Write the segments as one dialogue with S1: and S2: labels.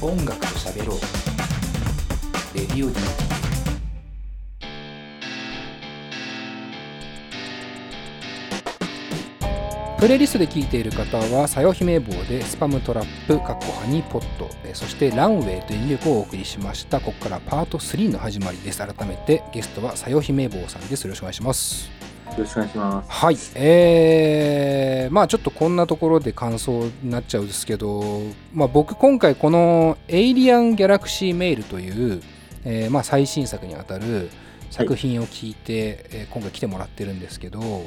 S1: 音楽と喋ろう。レディオ DT。 プレイリストで聴いている方はさよ姫坊でスパムトラップハニーポット、そしてランウェイという曲をお送りしました。ここからパート3の始まりです。改めてゲストはさよ姫坊さんです。よろしくお願いします。
S2: よろしくお願いします。
S1: はい、まあちょっとこんなところで感想になっちゃうんですけど、僕今回このエイリアンギャラクシーメールという、最新作にあたる作品を聞いて、今回来てもらってるんですけど、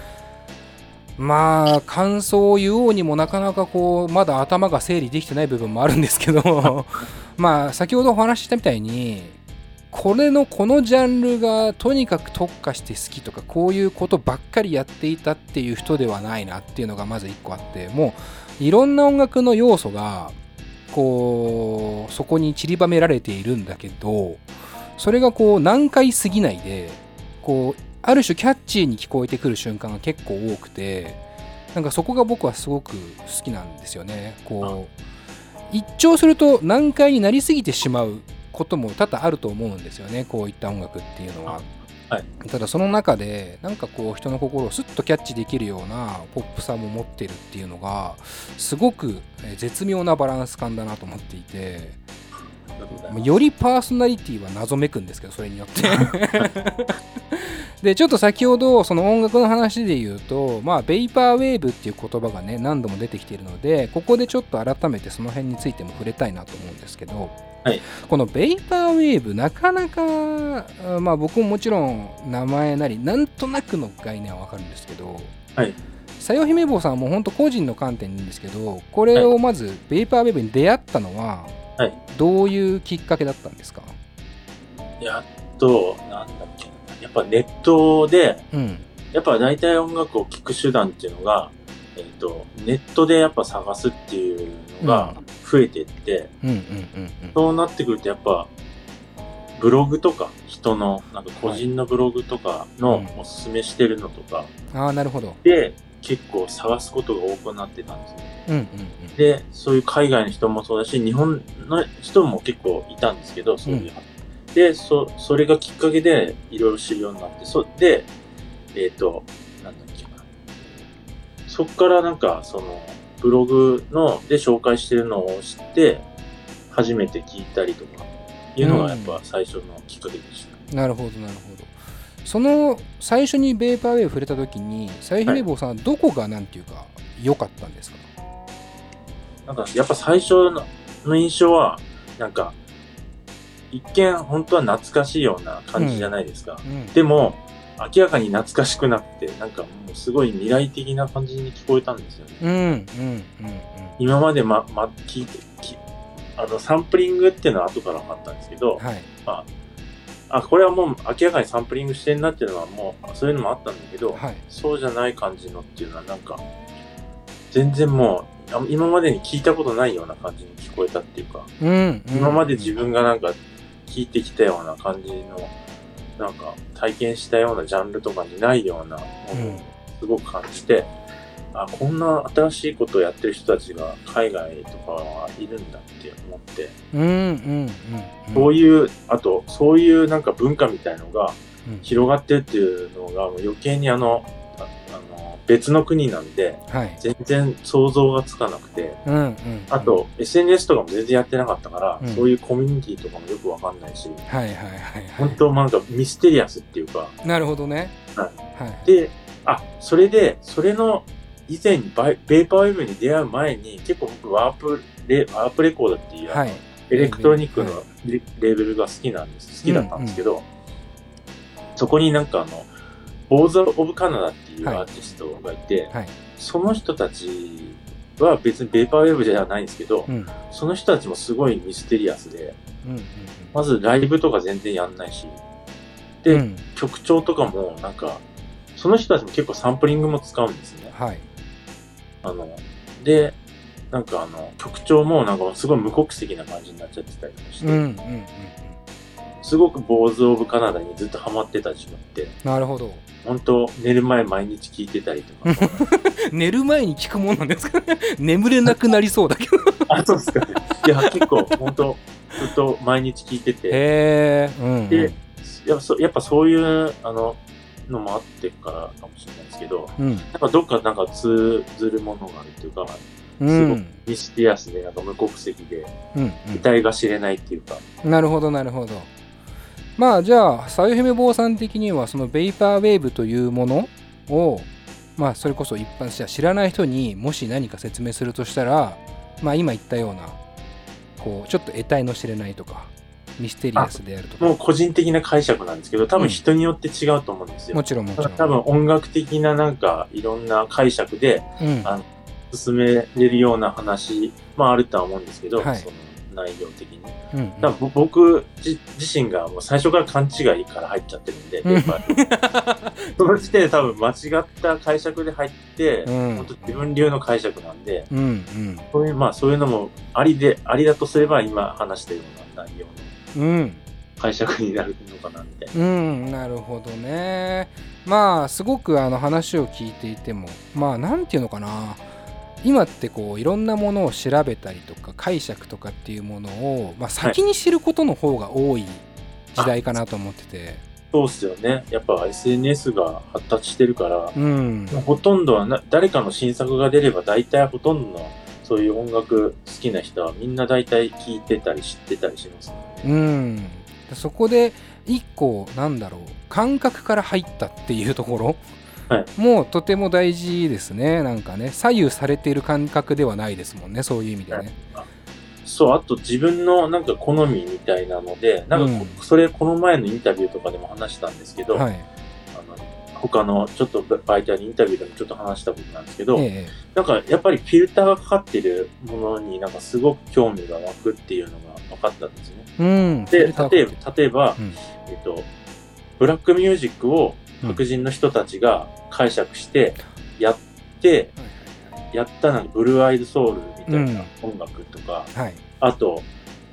S1: 感想を言おうにもなかなかまだ頭が整理できてない部分もあるんですけど先ほどお話ししたみたいにこのジャンルがとにかく特化して好きとかこういうことばっかりやっていたっていう人ではないなっていうのがまず一個あって、もういろんな音楽の要素がそこに散りばめられているんだけど、それが難解すぎないである種キャッチーに聞こえてくる瞬間が結構多くて、なんかそこが僕はすごく好きなんですよね。一聴すると難解になりすぎてしまうことも多々あると思うんですよね、こういった音楽っていうのは。ただその中でなんか人の心をスッとキャッチできるようなポップさも持ってるっていうのがすごく絶妙なバランス感だなと思っていて、よりパーソナリティは謎めくんですけど、それによってでちょっと先ほどその音楽の話で言うと、ベイパーウェーブっていう言葉がね何度も出てきているので、ここでちょっと改めてその辺についても触れたいなと思うんですけど、このベイパーウェーブなかなか、僕ももちろん名前なりなんとなくの概念は分かるんですけど、さよ姫坊さんはもう本当個人の観点なんですけど、これをまずベイパーウェーブに出会ったのはどういうきっかけだったんですか？
S2: なんだっけな、やっぱネットで、やっぱ大体音楽を聴く手段っていうのが、ネットでやっぱ探すっていうのが増えていって、そうなってくるとやっぱブログとか人のなんか個人のブログとかのおすすめしてるのとか、
S1: なるほど。
S2: で結構探すことが多くなってたんですね。でそういう海外の人もそうだし日本の人も結構いたんですけど、そういう、でそれがきっかけでいろいろ知るようになって、でなんだっけな、そっからなんかそのブログので紹介してるのを知って初めて聞いたりとかいうのがやっぱ最初のきっかけでした。
S1: なるほどなるほど。その最初にベイパーウェーブ触れた時にさよ姫坊さんはどこがなんていうか良かったんですか？
S2: なんかやっぱ最初の印象はなんか一見本当は懐かしいような感じじゃないですか、でも明らかに懐かしくなくて、なんかもうすごい未来的な感じに聞こえたんですよね。今まで聞いてサンプリングっていうのは後から分かったんですけど、これはもう明らかにサンプリングしてんなっていうのはもうそういうのもあったんだけど、そうじゃない感じのっていうのはなんか全然もう今までに聞いたことないような感じに聞こえたっていうか、今まで自分がなんか聞いてきたような感じのなんか体験したようなジャンルとかにないようなものをすごく感じて、こんな新しいことをやってる人たちが海外とかはいるんだって思って、そういうなんか文化みたいのが広がってるっていうのが余計に別の国なんで、全然想像がつかなくて、あと SNS とかも全然やってなかったから、そういうコミュニティとかもよくわかんないし、本当なんかミステリアスっていうか。
S1: なるほどね。
S2: で、それの以前にベイパーウェーブに出会う前に結構僕ワープレコードっていう、エレクトロニックのレーベルが好きだったんですけど、そこになんかボーズ・オブ・カナダっていうアーティストがいて、その人たちは別にベイパーウェーブじゃないんですけど、その人たちもすごいミステリアスで、まずライブとか全然やんないし、で、曲調とかもなんかその人たちも結構サンプリングも使うんですね。でなんか曲調もなんかすごい無国籍な感じになっちゃってたりとかして、すごくボーズ・オブ・カナダにずっとハマってた時期があって。
S1: なるほど。
S2: 本当寝る前毎日聞いてたりとか
S1: 寝る前に聞くもんなんですかね。眠れなくなりそうだけど
S2: そうですかね。 いや、結構、本当ずっと毎日聞いてて。で、やっぱそういうのもあってからかもしれないですけど、やっぱどっかなんか通ずるものがあるっていうか、すごくミステリアスで、なんか無国籍で、得体が知れないっていうか。
S1: なるほどなるほど。まあじゃあさゆひめ坊さん的にはそのベイパーウェーブというものを、まあそれこそ一般者知らない人にもし何か説明するとしたら、まあ今言ったようなこうちょっと得体の知れないとかミステリアスであるとか、
S2: もう個人的な解釈なんですけど、多分人によって違うと思うんですよ。
S1: もちろんもちろん。
S2: 多分音楽的ななんかいろんな解釈で、進めれるような話もあるとは思うんですけど、その内容的に。だから僕自身がもう最初から勘違いから入っちゃってるんで、その時点で多分間違った解釈で入って、本当自分流の解釈なんで、そういうのもありだとすれば今話したような内容の解釈になるのかなみたいな。
S1: なるほどね。まあすごく話を聞いていても、まあなんていうのかな。今ってこういろんなものを調べたりとか解釈とかっていうものを、まあ、先に知ることの方が多い時代かなと思ってて、
S2: そうっすよね。やっぱ SNS が発達してるから、ほとんどは誰かの新作が出れば大体ほとんどのそういう音楽好きな人はみんな大体聞いてたり知ってたりしますね。
S1: そこで一個なんだろう感覚から入ったっていうところもうとても大事ですね。なんかね左右されている感覚ではないですもんね、そういう意味でね。
S2: そう、あと自分のなんか好みみたいなので、なんかそれこの前のインタビューとかでも話したんですけど、他のちょっと媒体にインタビューでもちょっと話したことなんですけど、なんかやっぱりフィルターがかかってるものになんかすごく興味が湧くっていうのが分かったんですね。で、例えば、ブラックミュージックを白人の人たちが解釈してやったなんかブルーアイドソウルみたいな音楽とか、あと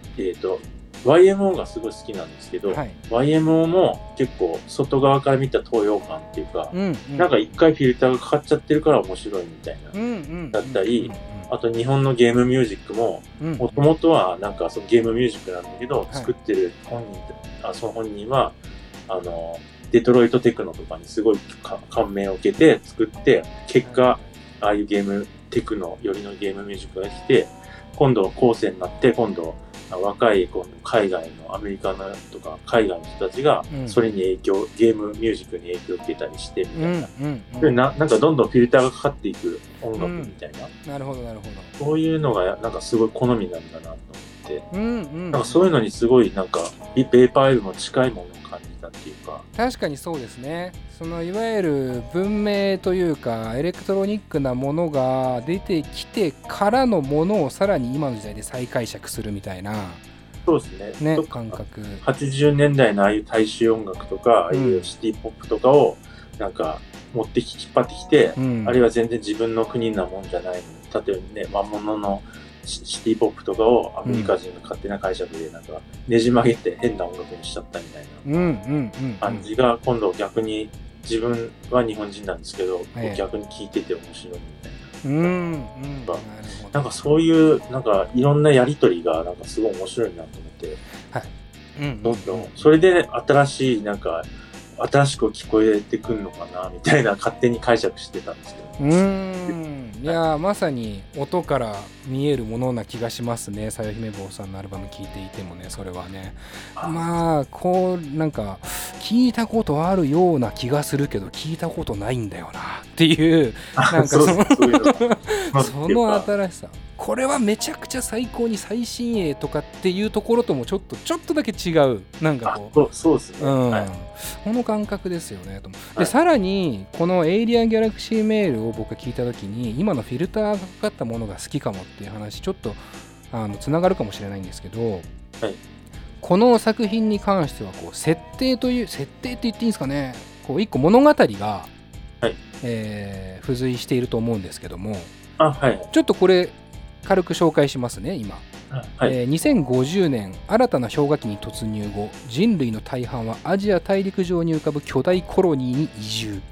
S2: YMO がすごい好きなんですけど、YMO も結構外側から見た東洋感っていうか、なんか一回フィルターがかかっちゃってるから面白いみたいなだったり、あと日本のゲームミュージックももともとはなんかそのゲームミュージックなんだけど、作ってるその本人はデトロイトテクノとかにすごい感銘を受けて作って、結果ああいうゲームテクノよりのゲームミュージックが来て、今度後世になって今度若い海外のアメリカのとか海外の人たちがそれにゲームミュージックに影響を受けたりしてみたいな、なんかどんどんフィルターがかかっていく音楽みたいな、
S1: なるほどなるほど、
S2: そういうのがなんかすごい好みなんだなと思って、なんかそういうのにすごいなんかベーパーエルも近いものを感じたっていうか。
S1: 確かにそうですね。そのいわゆる文明というかエレクトロニックなものが出てきてからのものをさらに今の時代で再解釈するみたいな、
S2: そうですね、
S1: 感覚。
S2: 80年代のああいう大衆音楽とか、ああいうシティポップとかをなんか引っ張ってきて、あるいは全然自分の国なもんじゃないの、例えばね魔物のシティポップとかをアメリカ人の勝手な解釈でなんかねじ曲げて変な音楽にしちゃったみたいな感じが今度逆に自分は日本人なんですけど、逆に聴いてて面白いみたいな、なんかそういうなんかいろんなやり取りがなんかすごい面白いなと思って、どんどんそれで新しいなんか新しく聞こえてくるのかなみたいな勝手に解釈してたんですけど、
S1: いやまさに音から見えるものな気がしますね。さよひめ坊さんのアルバム聴いていてもね、それはね、まあこうなんか聞いたことあるような気がするけど聞いたことないんだよなっていう、なんかその新しさ、これはめちゃくちゃ最高に最新鋭とかっていうところともちょっとだけ違う、なんかこう、
S2: そうですね、
S1: この感覚ですよねと。でさらにこのエイリアンギャラクシーメールを僕が聞いた時に、今のフィルターがかかったものが好きかもっていう話ちょっとつながるかもしれないんですけど、この作品に関してはこう設定って言っていいんですかね、こう一個物語が、付随していると思うんですけども、ちょっとこれ軽く紹介しますね。今、2050年新たな氷河期に突入後、人類の大半はアジア大陸上に浮かぶ巨大コロニーに移住。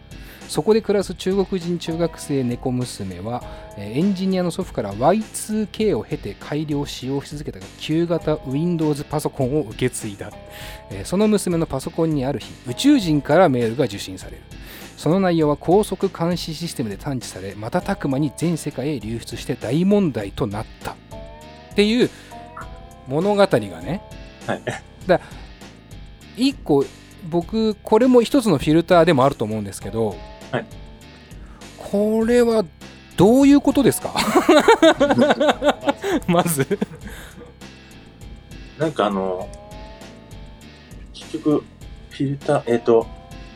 S1: そこで暮らす中国人中学生猫娘はエンジニアの祖父から Y2K を経て改良使用し続けた旧型 Windows パソコンを受け継いだ。その娘のパソコンにある日、宇宙人からメールが受信される。その内容は高速監視システムで探知され、瞬く間に全世界へ流出して大問題となったっていう物語がね、はい、だ一個僕これも一つのフィルターでもあると思うんですけど、はい、これはどういうことですか？まず
S2: なんか結局フィルター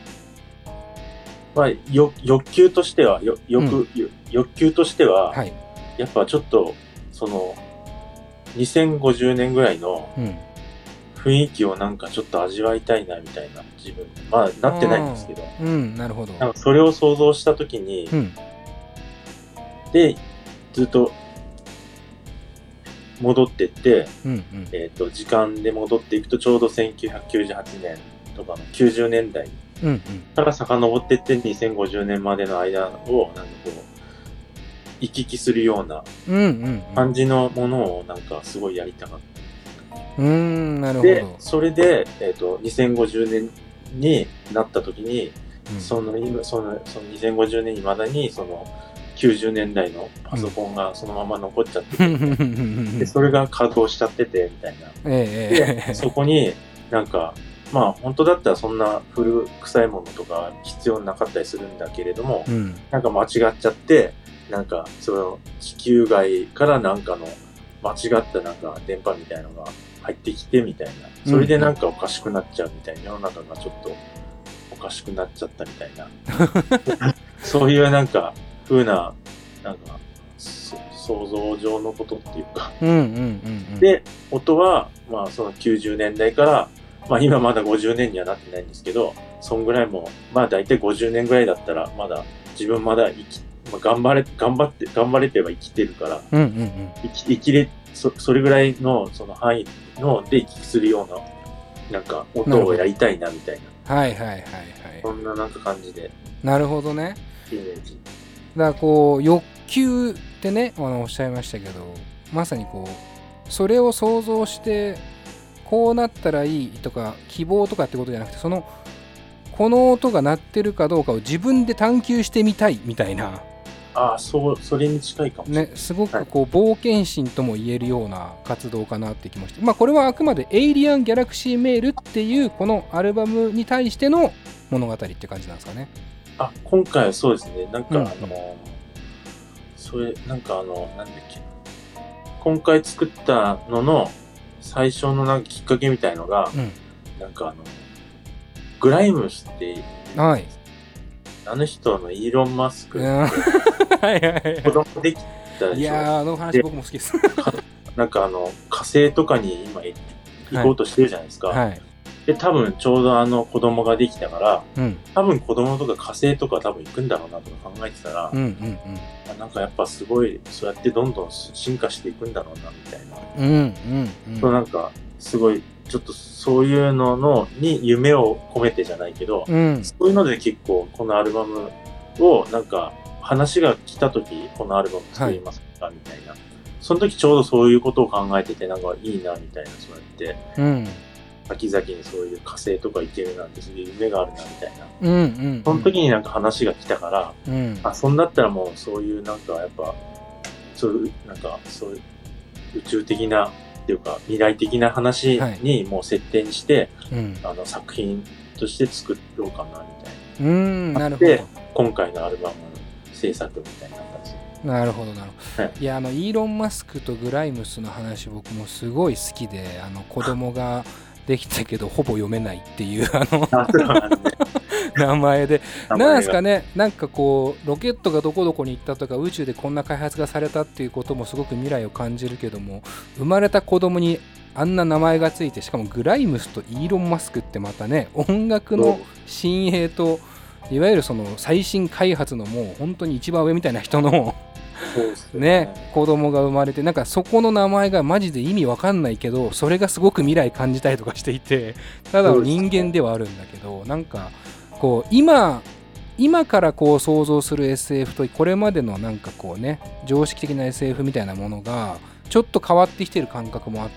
S2: まあ、欲求としては欲求としては、はい、やっぱちょっとその2050年ぐらいの雰囲気をなんかちょっと味わいたいなみたいな、自分まあなってないんですけど、
S1: なるほど。
S2: なんかそれを想像したときに、でずっと戻ってって、時間で戻っていくとちょうど1998年とかの90年代から遡ってって2050年までの間をなんかこう行き来するような感じのものをなんかすごいやりたかった。
S1: なるほど。
S2: でそれで、2050年になった時に、その2050年にまだにその90年代のパソコンがそのまま残っちゃってて、でそれが稼働しちゃっててみたいな、でそこになんかまあ本当だったらそんな古臭いものとか必要なかったりするんだけれども、なんか間違っちゃってなんかその地球外からなんかの間違ったなんか電波みたいなのが入ってきてみたいな、それでなんかおかしくなっちゃうみたいな、世の中がちょっとおかしくなっちゃったみたいなそういうなんか風ななんか想像上のことっていうか、で音はまあその90年代からまあ今まだ50年にはなってないんですけど、そんぐらいもまあ大体50年ぐらいだったらまだ自分まだ頑張れては生きてるから、生きれそれぐらいのその範囲ので行き来するようななんか音をやりたいなみたいな、はいはいはいはい、そんななんか感じで。
S1: なるほどね。
S2: イメージ
S1: だからこう欲求ってねおっしゃいましたけど、まさにこうそれを想像してこうなったらいいとか希望とかってことじゃなくて、この音が鳴ってるかどうかを自分で探求してみたいみたいな。
S2: それに近いかもしれない、
S1: ね、すごくこう冒険心とも言えるような活動かなってきました。まあこれはあくまでエイリアン・ギャラクシー・メールっていうこのアルバムに対しての物語って感じなんですかね。
S2: 今回はそうですね。なんかそれなんかなんだっけ、今回作ったのの最初のなんかきっかけみたいのが、なんかグライムスって、はい、あの人のイーロン・マスク子供できたでしょ。
S1: いやー話僕も好きです。
S2: なんか火星とかに今行こうとしてるじゃないですか。はい、で多分ちょうど子供ができたから、多分子供とか火星とか多分行くんだろうなとか考えてたら、なんかやっぱすごいそうやってどんどん進化していくんだろうなみたいな、そうなんかすごいちょっとそういうのに夢を込めてじゃないけど、そういうので結構このアルバムをなんか話が来た時このアルバム作りますかみたいな、その時ちょうどそういうことを考えてて、なんかいいなみたいな、そうやって、先々にそういう火星とか行けるなんてすげえ夢があるなみたいな、その時になんか話が来たから、そんだったらもうそういうなんかやっぱそういうなんかそういう宇宙的なっていうか未来的な話にもう設定にして、作品として作ろうかなみたいな、なるほど。で今回のアルバム制作みたいな感じ。
S1: なるほどなるほど、はい、いやイーロン・マスクとグライムスの話僕もすごい好きで、子供ができたけどほぼ読めないっていう名前でなんですかね、なんかこうロケットがどこどこに行ったとか宇宙でこんな開発がされたっていうこともすごく未来を感じるけども、生まれた子供にあんな名前がついて、しかもグライムスとイーロン・マスクってまたね、音楽の新鋭といわゆるその最新開発のもう本当に一番上みたいな人のね、子供が生まれて、なんかそこの名前がマジで意味わかんないけど、それがすごく未来感じたりとかしていて、ただの人間ではあるんだけど、なんかこう今今からこう想像する SF とこれまでのなんかこうね常識的な SF みたいなものがちょっと変わってきてる感覚もあって、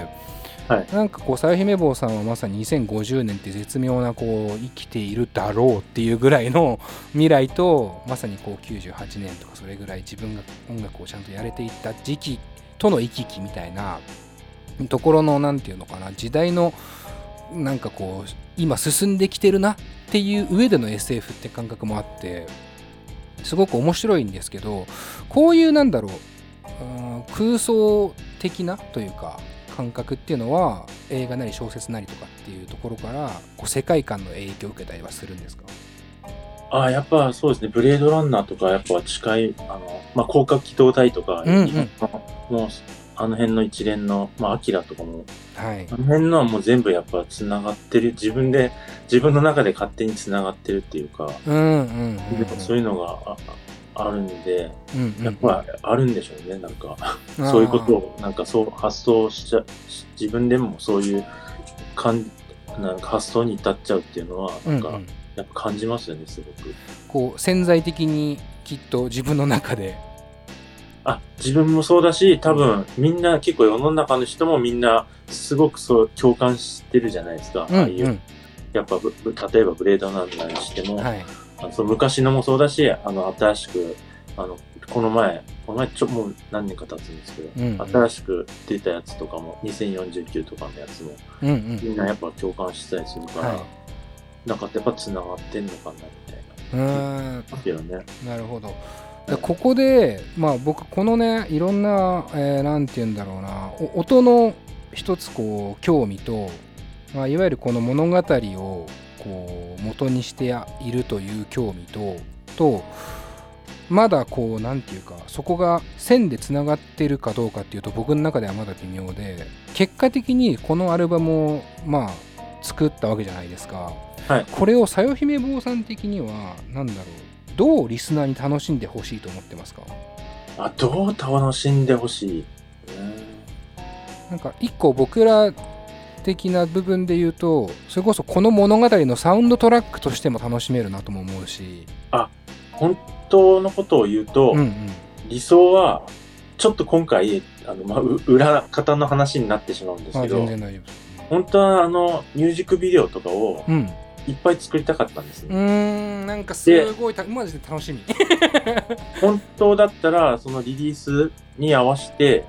S2: はい、
S1: なんかこうさよ姫坊さんはまさに2050年って絶妙なこう生きているだろうっていうぐらいの未来と、まさにこう98年とかそれぐらい自分が音楽をちゃんとやれていった時期との行き来みたいなところのなんていうのかな、時代のなんかこう今進んできてるなっていう上での SF って感覚もあってすごく面白いんですけど、こういうなんだろう、空想的なというか感覚っていうのは映画なり小説なりとかっていうところからこう世界観の影響を受けたりはするんですか？
S2: やっぱそうですね、ブレードランナーとかやっぱ近い、広角機動隊とか、もうあの辺の一連の、アキラとかも、
S1: はい、
S2: あの辺のはもう全部やっぱつながってる、自分の中で勝手につながってるっていうか、そういうのがあるんで、やっぱあるんでしょうね、なんかそういうことをなんかそう発想自分でもそういうなんか発想に至っちゃうっていうのはなんか、やっぱ感じますよね、すごく。
S1: こう潜在的にきっと自分の中で。
S2: 自分もそうだし、多分みんな結構世の中の人もみんなすごくそう共感してるじゃないですか。ああいう、やっぱ例えばブレードランナーにしても、はい、その昔のもそうだし、新しく、この前もう何年か経つんですけど、新しく出たやつとかも、2049とかのやつも、みんなやっぱ共感したりするから、なんかやっぱ繋がってんのかな、みたいな。ですよね。
S1: なるほど。ここで、僕このねいろんな、なんて言うんだろうな、音の一つこう興味と、いわゆるこの物語をこう元にしているという興味とまだこうなんていうかそこが線でつながってるかどうかっていうと僕の中ではまだ微妙で、結果的にこのアルバムを作ったわけじゃないですか。はい、これをさよ姫坊さん的にはなんだろう、どうリスナーに楽しんでほしいと思ってますか？
S2: どう楽しんでほしい、
S1: なんか一個僕ら的な部分で言うと、それこそこの物語のサウンドトラックとしても楽しめるなとも思うし、
S2: 本当のことを言うと、理想はちょっと今回裏方の話になってしまうんですけど、全然大丈夫です。本当はミュージックビデオとかを、いっぱい作りたかったんですね。
S1: なんかすごいマジで楽しみ。
S2: 本当だったらそのリリースに合わせて、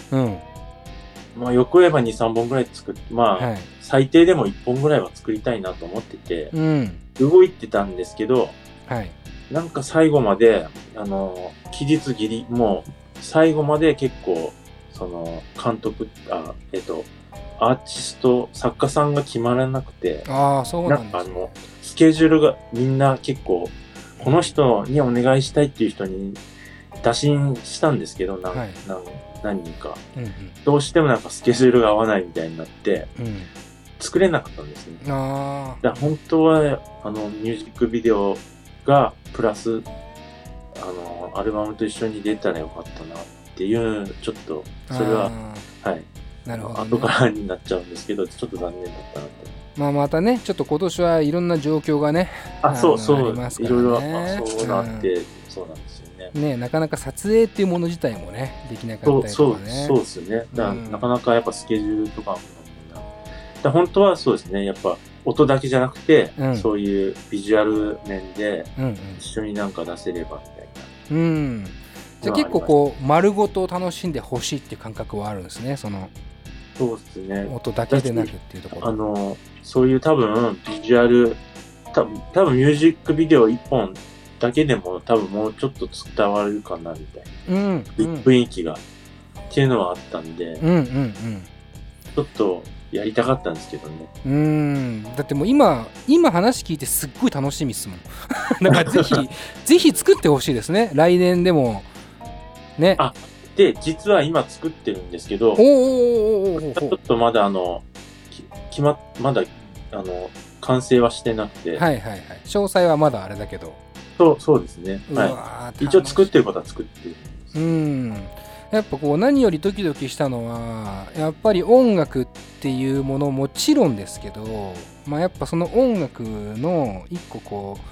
S2: よく言えば 2,3 本ぐらい作って、最低でも1本ぐらいは作りたいなと思ってて、動いてたんですけど、なんか最後まで期日ギリもう最後まで結構その監督アーティスト作家さんが決まらなくて、
S1: そうなんですね。
S2: スケジュールがみんな結構この人にお願いしたいっていう人に打診したんですけど、何人か、どうしてもなんかスケジュールが合わないみたいになって、作れなかったんですね。だ本当はミュージックビデオがプラスアルバムと一緒に出たらよかったなっていう、ちょっとそれは
S1: なるほど、
S2: 後からになっちゃうんですけど、ちょっと残念だったなって。
S1: またね、ちょっと今年はいろんな状況がね、
S2: そう
S1: ありますからね。
S2: いろいろそうなって、そうなんですよね。
S1: なかなか撮影っていうもの自体もね、できなかったりとかね。
S2: そうですよね。なかなかやっぱスケジュールとかも本当はそうですね、やっぱ音だけじゃなくて、そういうビジュアル面で一緒になんか出せればみたいな。
S1: じゃあ結構こう丸ごと楽しんでほしいっていう感覚はあるんですね。
S2: そうですね。
S1: 音だけでなくっていうところ。
S2: そういう多分ビジュアル、多分ミュージックビデオ1本だけでも多分もうちょっと伝わるかなみたいな、雰囲気がっていうのはあったんで、ちょっとやりたかったんですけどね。
S1: だってもう今話聞いてすっごい楽しみっすもん。だからぜひ作ってほしいですね。来年でもね。
S2: で実は今作ってるんですけど、ちょっとまだまだ完成はしてなくて、
S1: 詳細はまだあれだけど、
S2: そうですね。一応作ってることは作ってるんです。
S1: やっぱこう何よりドキドキしたのはやっぱり音楽っていうものもちろんですけど、やっぱその音楽の一個こう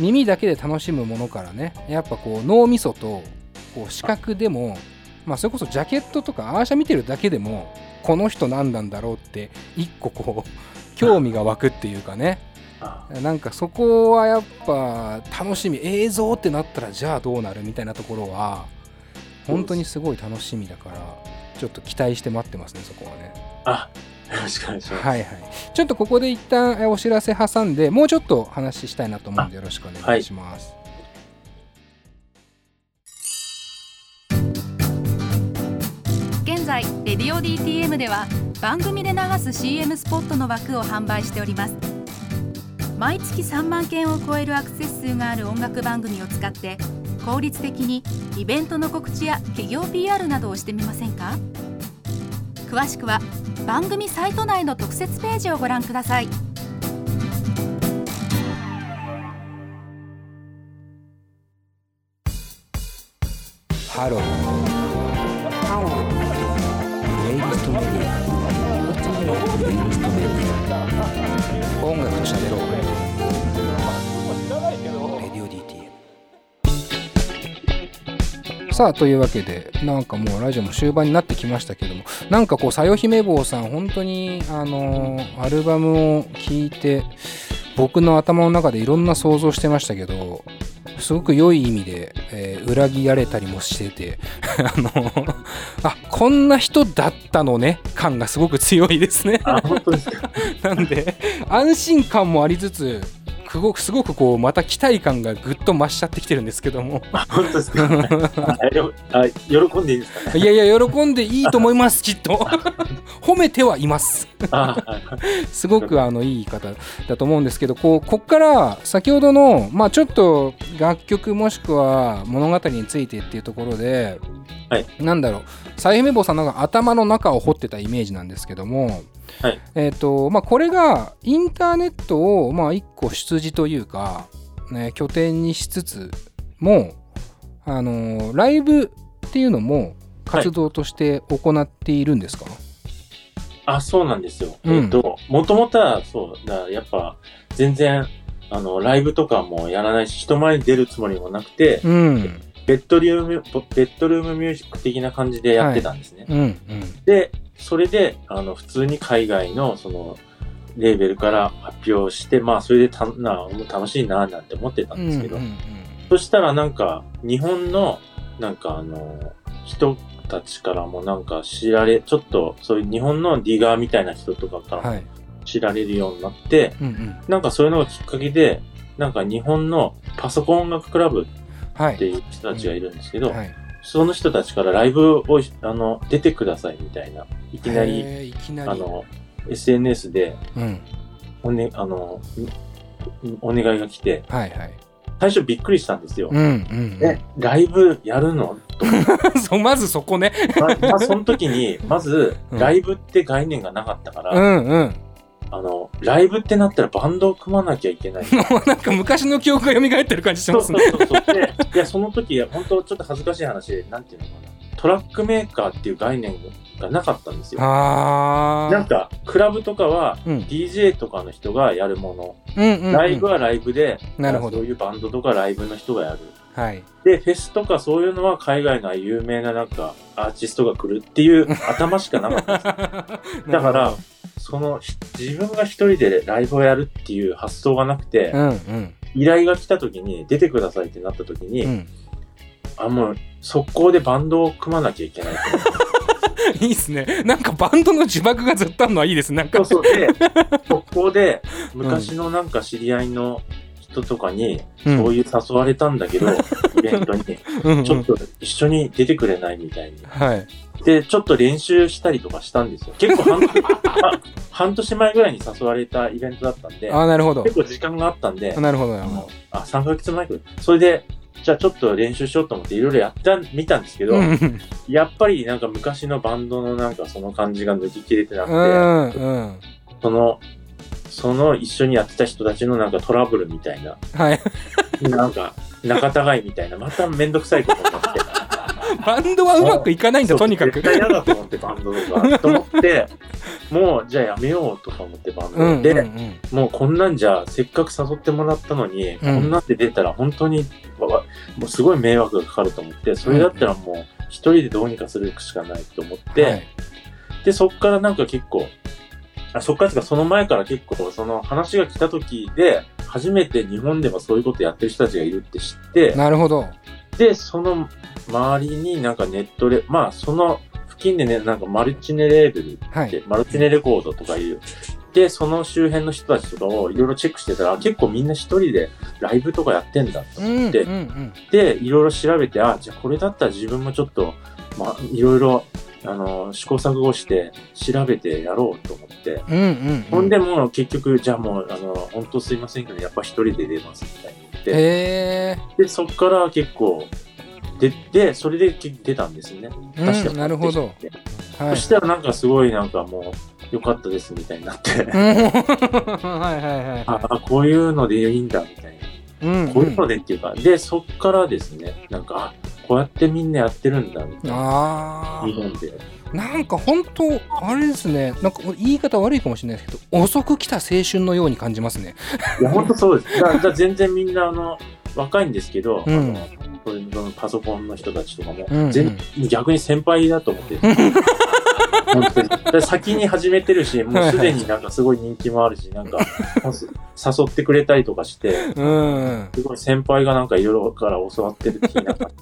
S1: 耳だけで楽しむものからね、やっぱこう脳みそとこう視覚でも、まあ、それこそジャケットとかアーシャ見てるだけでもこの人何なんだろうって一個こう興味が湧くっていうかね、なんかそこはやっぱ楽しみ。映像ってなったらじゃあどうなるみたいなところは本当にすごい楽しみだから、ちょっと期待して待ってますね、そこはね。
S2: よろしくお願いします。
S1: はいはい。ちょっとここで一旦お知らせ挟んで、もうちょっと話したいなと思うんでよろしくお願いします。
S3: 現在レディオ DTM では番組で流す CM スポットの枠を販売しております。毎月3万件を超えるアクセス数がある音楽番組を使って効率的にイベントの告知や企業 PR などをしてみませんか？詳しくは番組サイト内の特設ページをご覧ください。
S1: ハロー。プレイリストメディア。プレイリストメディア。音楽と喋ろう。レディオ DTM。さあというわけで、なんかもうラジオも終盤になってきましたけども、なんかこうさよ姫坊さん本当にアルバムを聴いて僕の頭の中でいろんな想像してましたけど、すごく良い意味で、裏切られたりもしててこんな人だったのね感がすごく強いですね。
S2: 本当ですか？
S1: なんで安心感もありつつすごくこうまた期待感がぐっと増しちゃってきてるんですけども。
S2: 本当ですか？喜んでいいですかね？
S1: いや喜んでいいと思いますきっと褒めてはいますすごくいい言い方だと思うんですけど、こっから先ほどの、ちょっと楽曲もしくは物語についてっていうところで、なんだろう、さゆめ坊さんの頭の中を掘ってたイメージなんですけども、これがインターネットを一個出自というか、拠点にしつつもライブっていうのも活動として行っているんですか？
S2: そうなんですよ。もともとはそうだ、やっぱ全然ライブとかもやらないし、人前に出るつもりもなくて、ベッドルームミュージック的な感じでやってたんですね。でそれで普通に海外のそのレーベルから発表して、それで楽しいななんて思ってたんですけど、そしたらなんか日本のなんか人たちからもなんかちょっとそういう日本のディガーみたいな人とかからも知られるようになって、なんかそういうのがきっかけで、なんか日本のパソコン音楽クラブっていう人たちがいるんですけど、その人たちからライブを出てくださいみたいな、いきなりSNS で、お願いが来て、最初びっくりしたんですよ。ライブやるのと
S1: まずそこね。
S2: その時にまずライブって概念がなかったから、ライブってなったらバンドを組まなきゃいけない。
S1: なんか昔の記憶が蘇ってる感じしますね。
S2: いや、その時、本当ちょっと恥ずかしい話で、なんていうのかな。トラックメーカーっていう概念がなかったんですよ。なんか、クラブとかは、DJ とかの人がやるもの。ライブはライブで、そういうバンドとかライブの人がやる。で、フェスとかそういうのは海外の有名ななんか、アーティストが来るっていう頭しかなかったんです。だから、自分が一人でライブをやるっていう発想がなくて、依頼が来た時に出てくださいってなった時に、もう速攻でバンドを組まなきゃいけない
S1: いいっすね。なんかバンドの呪縛がずっとあるのはいいですね。
S2: そうで、速攻で昔のなんか知り合いの人とかにそういう誘われたんだけど、イベントにちょっと一緒に出てくれないみたいに。で、ちょっと練習したりとかしたんですよ。結構半年前ぐらいに誘われたイベントだったんで、結構時間があったんで、3ヶ月前くらい。それで、じゃあちょっと練習しようと思っていろいろやってみたんですけど、やっぱりなんか昔のバンドのなんかその感じが抜ききれてなくて、その一緒にやってた人たちのなんかトラブルみたいな、なんか仲違いみたいな、まためんどくさいことになって。
S1: バンドはうまくいかないんだ、とにかく。
S2: 絶対嫌だと思って、バンドとか。と思って、もう、じゃあやめようとか思って、バンドで、もうこんなんじゃ、せっかく誘ってもらったのに、こんなんで出たら本当に、もうすごい迷惑がかかると思って、それだったらもう、一人でどうにかするしかないと思って、で、そっからなんか結構、そっからですか、その前から結構、その話が来た時で、初めて日本でもそういうことやってる人たちがいるって知って、
S1: なるほど。
S2: で、その周りになんかネットで、まあその付近でね、なんかマルチネレーベルって、マルチネレコードとかいう、で、その周辺の人たちとかをいろいろチェックしてたら、結構みんな一人でライブとかやってんだと思って、で、いろいろ調べて、じゃあこれだったら自分もちょっと、まあ、いろいろ、試行錯誤して調べてやろうと思って、ほんでもう結局、じゃあもう、本当すいませんけど、やっぱ一人で出ますみたいに言って、で、そっから結構、で、それで出たんですね。
S1: なるほど。
S2: そしたらなんかすごいなんかもう、良かったですみたいになって、こういうのでいいんだみたいな。こういうのでっていうか、で、そっからですね、なんか、こうやってみんなやってるんだみたいな。日本で。
S1: なんか本当あれですね、なんか言い方悪いかもしれないですけど、遅く来た青春のように感じますね。
S2: いや本当そうです。だから全然みんな若いんですけど、パソコンの人たちとかも、逆に先輩だと思ってる。本当に先に始めてるし、もうすでになんかすごい人気もあるし、なんか誘ってくれたりとかして、すごい先輩がなんかいろいろから教わってるってなんか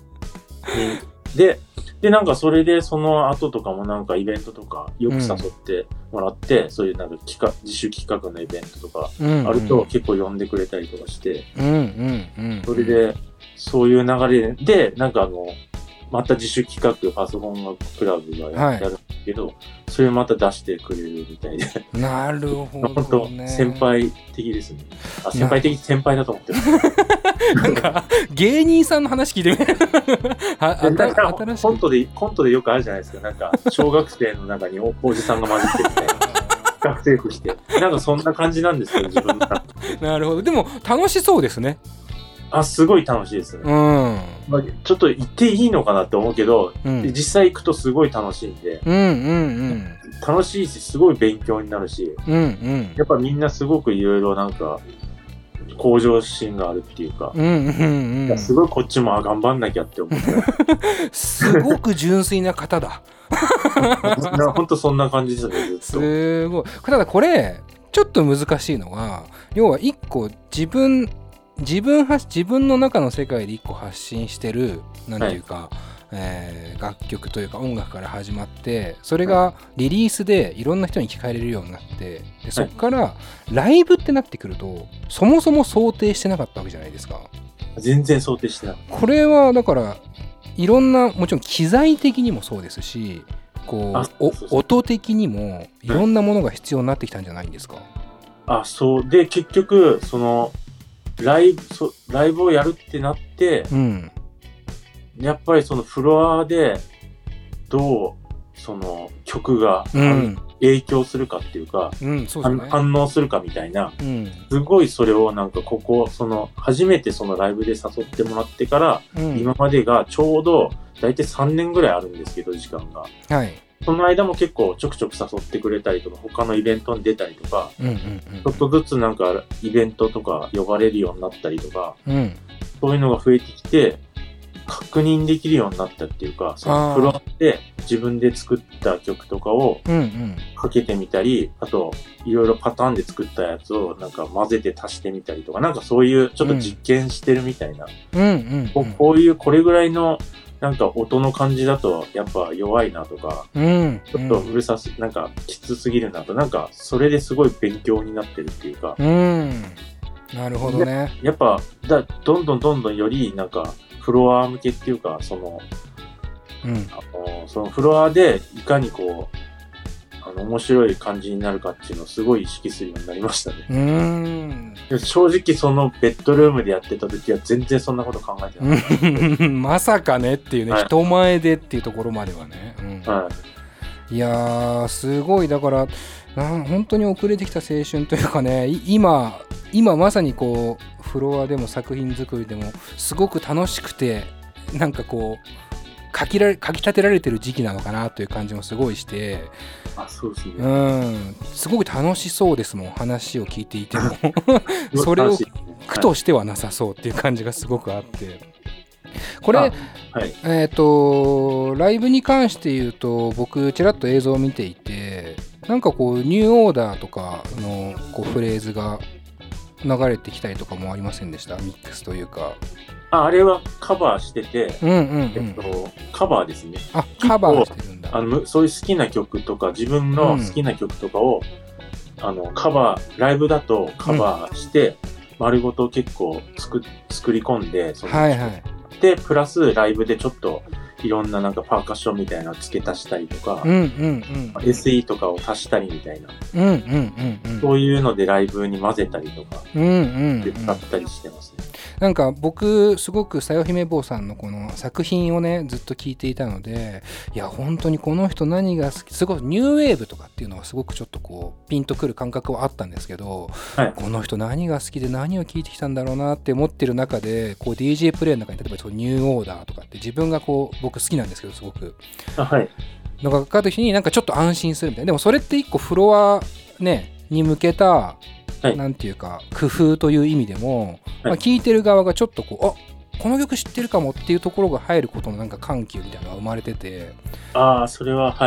S2: で、なんかそれでその後とかもなんかイベントとかよく誘ってもらって、そういうなんか自主企画のイベントとかあると結構呼んでくれたりとかして、それでそういう流れで、なんかまた自主企画パソコンクラブがやるんですけど、それまた出してくれるみたいで。
S1: なるほど、ね。
S2: 本当先輩的ですね。先輩だと思ってます。
S1: なんか芸人さんの話聞いてみる。
S2: コントでよくあるじゃないですか。なんか小学生の中におじさんが混じってるみたいな。学生服して。なんかそんな感じなんですけど、自分が。
S1: なるほど。でも楽しそうですね。
S2: すごい楽しいですね。ちょっと行っていいのかなって思うけど、実際行くとすごい楽しいんで、楽しいし、すごい勉強になるし、やっぱみんなすごくいろいろなんか、向上心があるっていうか、すごいこっちも頑張んなきゃって思って。
S1: すごく純粋な方だ。
S2: 本当そんな感じですね、ずっと。
S1: すごい。ただこれ、ちょっと難しいのが、要は一個自分の中の世界で一個発信してるなんていうか、楽曲というか音楽から始まって、それがリリースでいろんな人に聞かれるようになって、でそこからライブってなってくるとそもそも想定してなかったわけじゃないですか。
S2: 全然想定してなかった。
S1: これはだからいろんな、もちろん機材的にもそうですし、こう音的にもいろんなものが必要になってきたんじゃないんですか。
S2: そうで、結局そのライブをやるってなって、やっぱりそのフロアでどうその曲が影響するかっていうか、反応するかみたいな、すごいそれをなんかその初めてそのライブで誘ってもらってから、今までがちょうど大体3年ぐらいあるんですけど、時間が。その間も結構ちょくちょく誘ってくれたりとか、他のイベントに出たりとか、ちょっとずつなんかイベントとか呼ばれるようになったりとか、そういうのが増えてきて、確認できるようになったっていうか、そのフロアで自分で作った曲とかをかけてみたり、あといろいろパターンで作ったやつをなんか混ぜて足してみたりとか、なんかそういうちょっと実験してるみたいな、こういうこれぐらいのなんか音の感じだとやっぱ弱いなとか、ちょっとうるさす、なんかきつすぎるなと、なんかそれですごい勉強になってるっていうか。
S1: なるほどね。
S2: やっぱどんどんよりなんかフロア向けっていうか、そのフロアでいかにこう面白い感じになるかっていうのをすごい意識するようになりましたね。正直そのベッドルームでやってた時は全然そんなこと考えてなかった。
S1: まさかねっていうね、人前でっていうところまではね。いやーすごい、だから本当に遅れてきた青春というかね、今まさにこうフロアでも作品作りでもすごく楽しくて、なんかこうかき立てられてる時期なのかなという感じもすごいして、
S2: そうですね。
S1: すごく楽しそうですもん、話を聞いていてもそれを苦としてはなさそうっていう感じがすごくあって、これ、ライブに関して言うと僕ちらっと映像を見ていて、なんかこうニューオーダーとかのこうフレーズが流れてきたりとかもありませんでした？ミックスというか。
S2: あれはカバーしてて、カバーですね。
S1: カバーしてるんだ。
S2: そういう好きな曲とか、自分の好きな曲とかを、ライブだとカバーして、丸ごと結構作り込んで、で、プラスライブでちょっと、いろんななんかパーカッションみたいなの付け足したりとか、SE とかを足したりみたいな、そういうのでライブに混ぜたりとか、使ったりしてますね。
S1: なんか僕すごくさよ姫坊さんのこの作品をねずっと聞いていたので、いや本当にこの人何が好き、すごいニューウェーブとかっていうのはすごくちょっとこうピンとくる感覚はあったんですけど、この人何が好きで何を聞いてきたんだろうなって思ってる中で、こう DJ プレイの中に例えばそうニューオーダーとかって自分がこう僕好きなんですけどすごくのがかかった時になんかちょっと安心するみたいな。でもそれって一個フロアねに向けたなんていうか工夫という意味でも、聞いてる側がちょっとこうこの曲知ってるかもっていうところが入ることのなんか緩急みたいなのが生まれてて、
S2: それは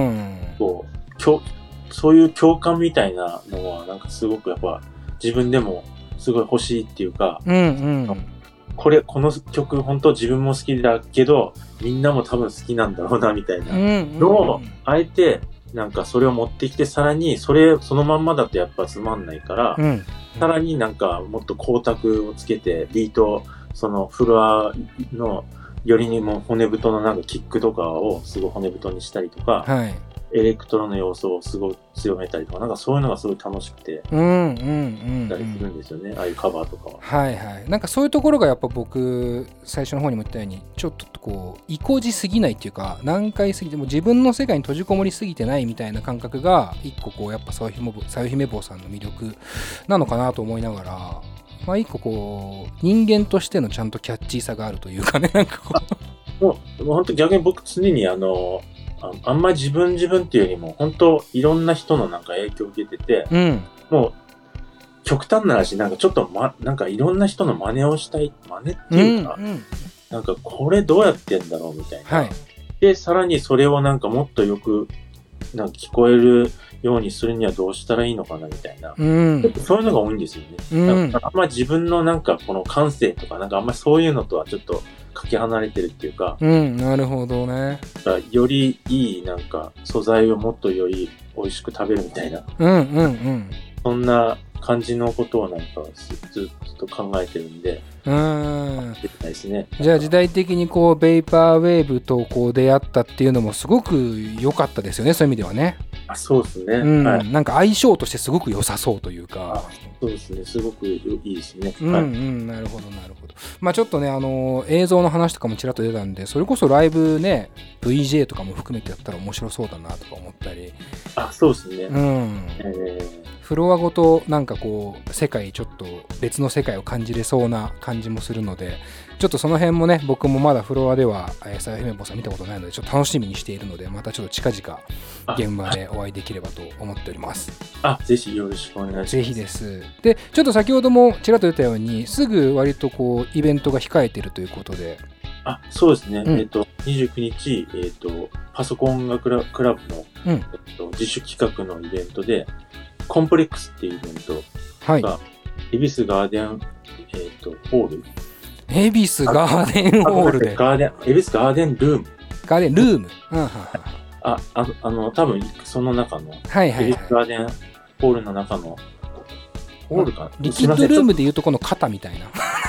S2: そういう共感みたいなのはなんかすごくやっぱ自分でもすごい欲しいっていうか、この曲本当自分も好きだけどみんなも多分好きなんだろうなみたいなのをあえてなんかそれを持ってきて、さらにそのまんまだとやっぱつまんないから、さらになんかもっと光沢をつけてビート、そのフロアのよりにも骨太のなんかキックとかをすごい骨太にしたりとか、エレクトロの要素をすごい強めたりとか、なんかそういうのがすごい楽しくてたりするんですよね、ああいうカバーとかは。
S1: なんかそういうところがやっぱ僕最初の方にも言ったようにちょっとこう意固地すぎないっていうか、難解すぎても自分の世界に閉じこもりすぎてないみたいな感覚が一個こうやっぱさよ姫坊さんの魅力なのかなと思いながら、一個こう人間としてのちゃんとキャッチーさがあるというかね、なんかこ
S2: うもう本当逆に僕常にあんまり自分っていうよりも本当いろんな人のなんか影響を受けてて、もう極端な話なんかちょっとなんかいろんな人の真似をしたい、真似っていうか、なんかこれどうやってんだろうみたいな、でさらにそれをなんかもっとよくなんか聞こえるようにするにはどうしたらいいのかなみたいな、そういうのが多いんですよね。あんまり自分のなんかこの感性とかなんかあんまりそういうのとはちょっとかけ離れてるっていうか、
S1: なるほどね。
S2: よりいいなんか素材をもっとより美味しく食べるみたいな、そんな感じのことをなんかずっと考えてるんで、ですね。
S1: じゃあ時代的にこうベイパーウェーブとこう出会ったっていうのもすごく良かったですよね、そういう意味ではね。
S2: そうですね、
S1: なんか相性としてすごく良さそうというか。
S2: そうですね、すごくいいですね。
S1: なるほどなるほど。ちょっとね映像の話とかもちらっと出たんで、それこそライブね VJ とかも含めてやったら面白そうだなとか思ったり。
S2: そうですね。
S1: フロアごとなんかこう世界ちょっと別の世界を感じれそうな感じもするので、ちょっとその辺もね僕もまだフロアではさよ姫坊さん見たことないのでちょっと楽しみにしているので、またちょっと近々現場でお会いできればと思っております。
S2: ぜひよろしくお願いします。
S1: ぜひです。でちょっと先ほどもちらっと言ったようにすぐ割とこうイベントが控えているということで。
S2: そうですね、29日、パソコン音楽クラブの、自主企画のイベントでコンプレックスっていうイベントが、恵比寿ガーデン、ホール、
S1: 恵比寿ガーデンホールで
S2: 恵比寿ガーデンルーム多分その中の、恵比寿ガーデンホールの中のホールかな、
S1: リキッドルームでいうとこの肩みたいな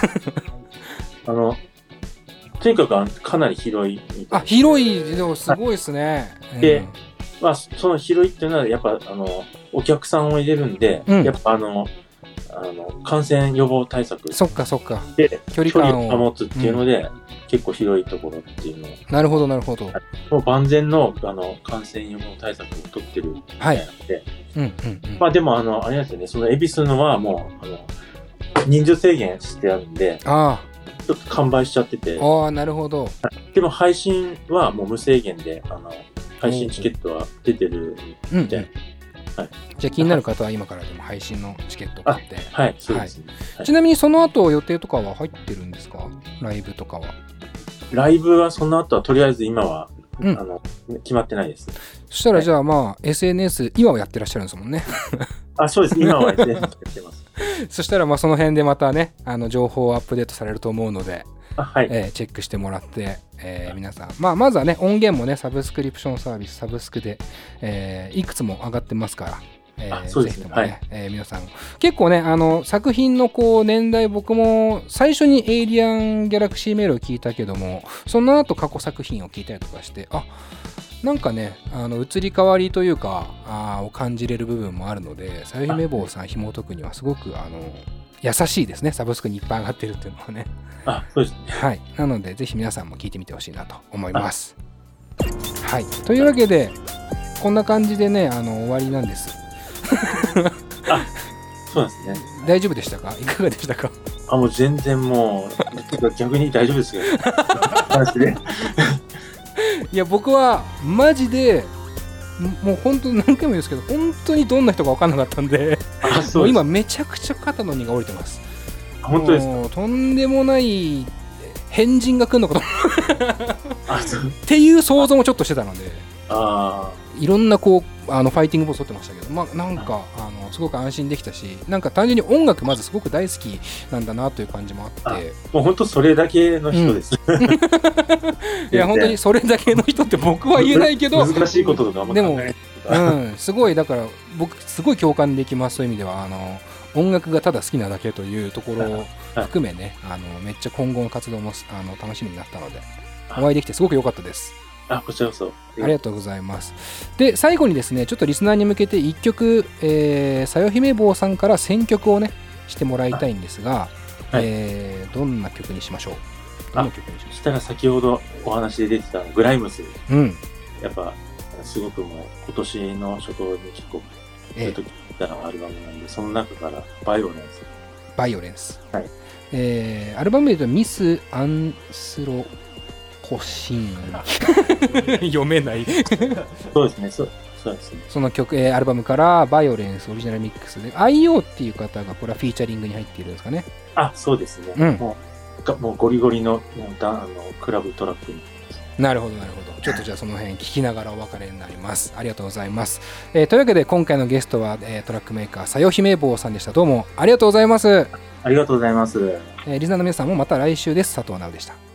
S2: とにかくかなり広いみたいな。
S1: 広い、でもすごいですね。
S2: で、その広いっていうのはやっぱお客さんを入れるんで、やっぱ感染予防対策で距離を保つっていうので、結構広いところっていうのを。
S1: なるほどなるほど。
S2: もう万全の感染予防対策を取ってるみたいなので、でもあれなんですよね、その恵比寿のはもう人数制限してあるんで、 ちょっと完売しちゃってて。
S1: ああ、なるほど。
S2: でも配信はもう無制限で、配信チケットは出てるみたいな。はい、
S1: じゃあ気になる方は今からでも配信のチケットを買って。
S2: はい、そうですね。はい、
S1: ちなみにその後予定とかは入ってるんですか？ライブとかは。
S2: ライブはその後はとりあえず今は、決まってないです。
S1: そしたらじゃあまあ SNS 今はやってらっしゃるんですもんね。
S2: あ、そうです。今は SNS やってます。
S1: そしたらまあその辺でまたね情報をアップデートされると思うので、
S2: はい、
S1: チェックしてもらって、皆さん、まずはね音源もねサブスクリプションサービスサブスクで、いくつも上がってますから、
S2: そうですね、
S1: ぜひともね、皆さん結構ね作品のこう年代僕も最初にエイリアンギャラクシーメールを聞いたけどもその後過去作品を聞いたりとかしてなんかね移り変わりというかを感じれる部分もあるのでさよひめ坊さん紐解くにはすごく優しいですね。サブスクにいっぱい上がってるっていうのはね。
S2: そうですね。
S1: はい。なのでぜひ皆さんも聞いてみてほしいなと思います。はい。というわけでこんな感じでね終わりなんです。
S2: そうですね。
S1: 大丈夫でしたか？いかがでしたか？
S2: もう全然もう逆に大丈夫ですよ。話で。
S1: いや僕はマジでもう本当に何回も言うんですけど本当にどんな人か分かんなかったんでもう今めちゃくちゃ肩の荷が下りてます。
S2: 本当ですか？
S1: とんでもない変人が来るのかとっていう想像もちょっとしてたのでいろんなこうファイティングポーズ取ってましたけどなんかすごく安心できたしなんか単純に音楽まずすごく大好きなんだなという感じもあって
S2: もう本当それだけの人です、
S1: いや本当にそれだけの人って僕は言えないけど
S2: 難しいこととかも
S1: でもすごいだから僕すごい共感できます。そういう意味では音楽がただ好きなだけというところを含めねめっちゃ今後の活動も楽しみになったのでお会いできてすごく良かったです。
S2: こちらこそ
S1: ありがとうございます。で最後にですねちょっとリスナーに向けて1曲さよひめ坊さんから選曲をねしてもらいたいんですが、どんな曲にしましょう？どの曲にしましょう？
S2: したら先ほどお話で出てたグライムス、やっぱすごくもう今年の初頭に結構ずっと聴いたアルバムなんでその中からバイオレンス、はい、
S1: アルバムで言うとミス・アンスロコシン読めない
S2: そうですねそうですね。
S1: その曲、アルバムからバイオレンスオリジナルミックスで IO っていう方がこれはフィーチャリングに入っているんですかね。
S2: そうですね、もうゴリゴリのクラブトラックに
S1: なるほどちょっとじゃあその辺聞きながらお別れになります。ありがとうございます。というわけで今回のゲストは、トラックメーカーさよひめ坊さんでした。どうもありがとうございます。
S2: ありがとうございます。
S1: リスナーの皆さんもまた来週です。佐藤直でした。